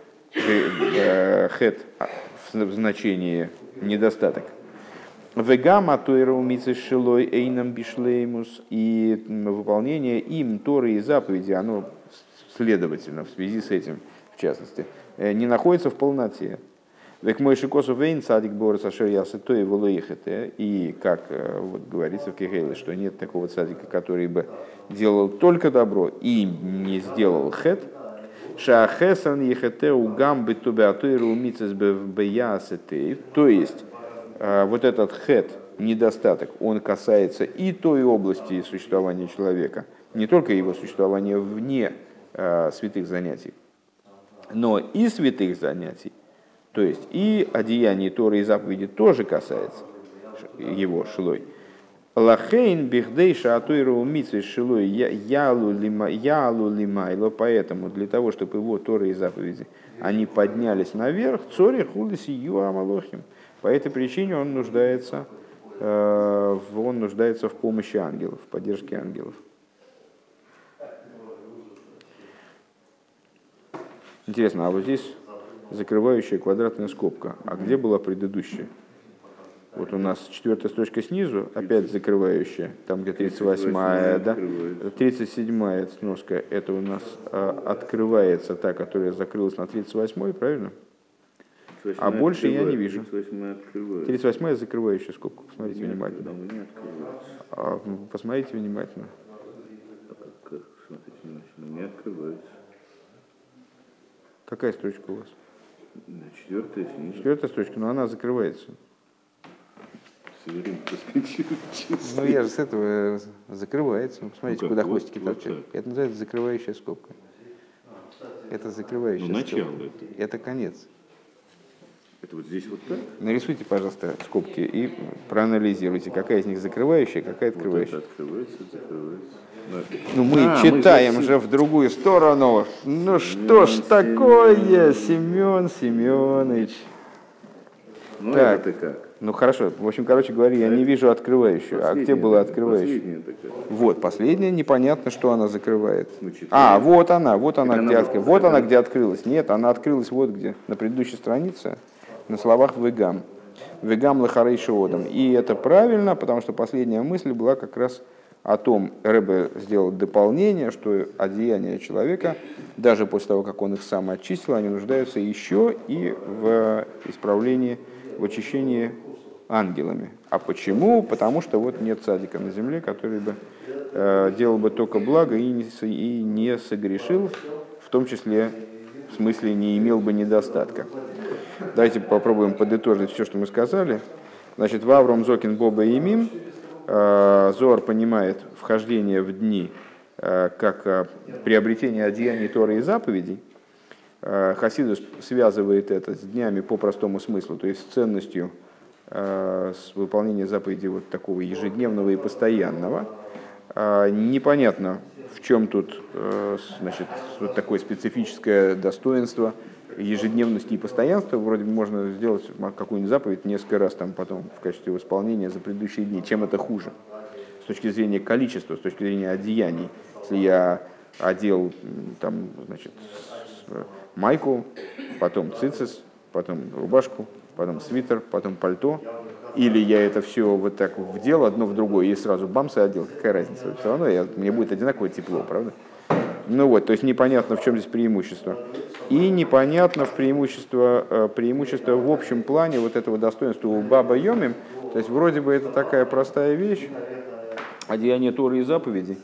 хет в значении недостаток, Вегама Тойра умицы шилой эйнам бишлеймус, и выполнение им Торы и заповеди, оно, следовательно, в связи с этим, в частности, не находится в полноте. Век мой шикосу вейн садик борца шерьясы то и волоихете, и как вот, говорится в Кегейле, что нет такого цадика, который бы делал только добро и не сделал хет. Шахесан ехете угам бы тубеатойра умицы беясете, то есть вот этот хет, недостаток, он касается и той области существования человека, не только его существования вне э, святых занятий, но и святых занятий, то есть и одеяний Торы и заповеди тоже касается его шилой. Лахейн бихдейша атойра умицы шилой ялу лимайло, поэтому для того, чтобы его Торы и заповеди они поднялись наверх, цори хулиси юа малохим. По этой причине он нуждается, он нуждается в помощи ангелов, в поддержке ангелов. Интересно, а вот здесь закрывающая квадратная скобка. А где была предыдущая? Вот у нас четвертая строчка снизу, опять закрывающая, там где тридцать восьмая, да? тридцать седьмая сноска, это у нас открывается та, которая закрылась на тридцать восьмой, правильно? А больше я не вижу. тридцать восьмая закрывающая скобка. Посмотрите не внимательно. А, посмотрите внимательно. Смотрите внимательно. Не открывается. Какая строчка у вас? Четвертая снизу. Четвертая строчка, но она закрывается. Северин, ну я же с этого закрывается. Посмотрите, ну, куда вот, хвостики вот торчат. Вот это называется закрывающая скобка. Это закрывающая ну, скобка. Начало это. это конец. Это вот здесь вот так? Нарисуйте, пожалуйста, скобки и проанализируйте, какая из них закрывающая, какая открывающая. Вот это открывается, закрывается. Ну мы а, читаем мы же в другую сторону. Ну что ж такое, Семен Семенович? Ну так. Это как? Ну хорошо, в общем, короче говоря, я не вижу открывающую. Последняя, а где была открывающая? Последняя вот, последняя, непонятно, что она закрывает. А, вот она, вот она, где открылась. Вот она, где открылась. Нет, она открылась вот где, на предыдущей странице, на словах «вегам». «Вегам лахарей шиодам». И это правильно, потому что последняя мысль была как раз о том, Ребе сделал дополнение, что одеяния человека, даже после того, как он их сам очистил, они нуждаются еще и в исправлении, в очищении ангелами. А почему? Потому что вот нет цадика на земле, который бы э, делал бы только благо и не, и не согрешил, в том числе, в смысле, не имел бы недостатка. Давайте попробуем подытожить все, что мы сказали. Значит, Вавром Зокин Боба и Мим, э, Зоар понимает вхождение в дни как приобретение одеяний Торы и заповедей, Хасидус связывает это с днями по простому смыслу, то есть с ценностью с выполнения заповедей вот такого ежедневного и постоянного. Непонятно, в чем тут, значит, вот такое специфическое достоинство ежедневности и постоянства. Вроде бы можно сделать какую-нибудь заповедь несколько раз там потом в качестве исполнения за предыдущие дни. Чем это хуже? С точки зрения количества, с точки зрения одеяний. Если я одел там, значит, майку, потом цицис, потом рубашку, потом свитер, потом пальто, или я это все вот так вдел одно в другое и сразу бамс и одел, какая разница? Все равно я, мне будет одинаково тепло, правда? Ну вот, то есть непонятно, в чем здесь преимущество. И непонятно в преимущество, преимущество в общем плане вот этого достоинства у Баба Йомим. То есть вроде бы это такая простая вещь, одеяние Торы и заповедей.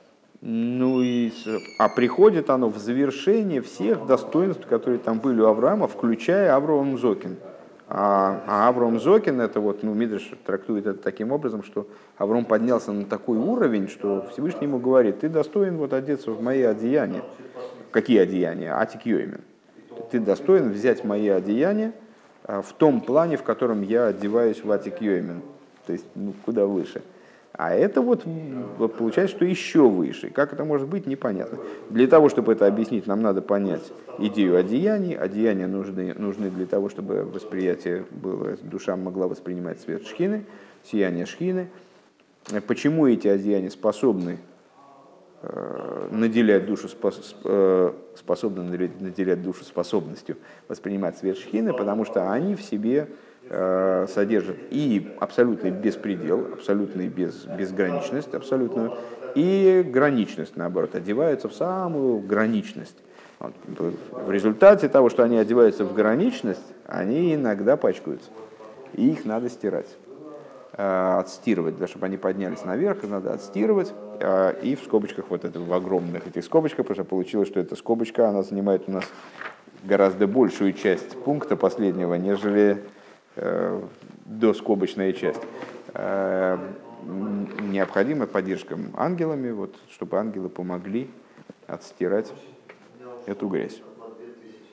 Ну и, а приходит оно в завершение всех достоинств, которые там были у Авраама, включая Авраам Зокин. А, а Авраам Зокин, это вот, ну, Мидраш трактует это таким образом, что Авраам поднялся на такой уровень, что Всевышний ему говорит: ты достоин вот одеться в мои одеяния. Какие одеяния? Атик Йоймен. Ты достоин взять мои одеяния в том плане, в котором я одеваюсь в Атик Йоймен. То есть, ну, куда выше. А это вот получается, что еще выше. Как это может быть, непонятно. Для того, чтобы это объяснить, нам надо понять идею одеяний. Одеяния нужны, нужны для того, чтобы восприятие было, душа могла воспринимать свет шхины, сияние шхины. Почему эти одеяния способны э, наделять душу, спос, э, способны наделять душу способностью воспринимать свет шхины? Потому что они в себе содержит и абсолютный беспредел, абсолютную без, безграничность, абсолютную, и граничность, наоборот, одеваются в самую граничность. Вот. В результате того, что они одеваются в граничность, они иногда пачкаются, и их надо стирать, отстирывать, да, чтобы они поднялись наверх, их надо отстирывать, и в скобочках, вот это, в огромных этих скобочках, потому что получилось, что эта скобочка, она занимает у нас гораздо большую часть пункта последнего, нежели доскобочная часть. Необходима поддержка ангелами, вот, чтобы ангелы помогли отстирать эту грязь.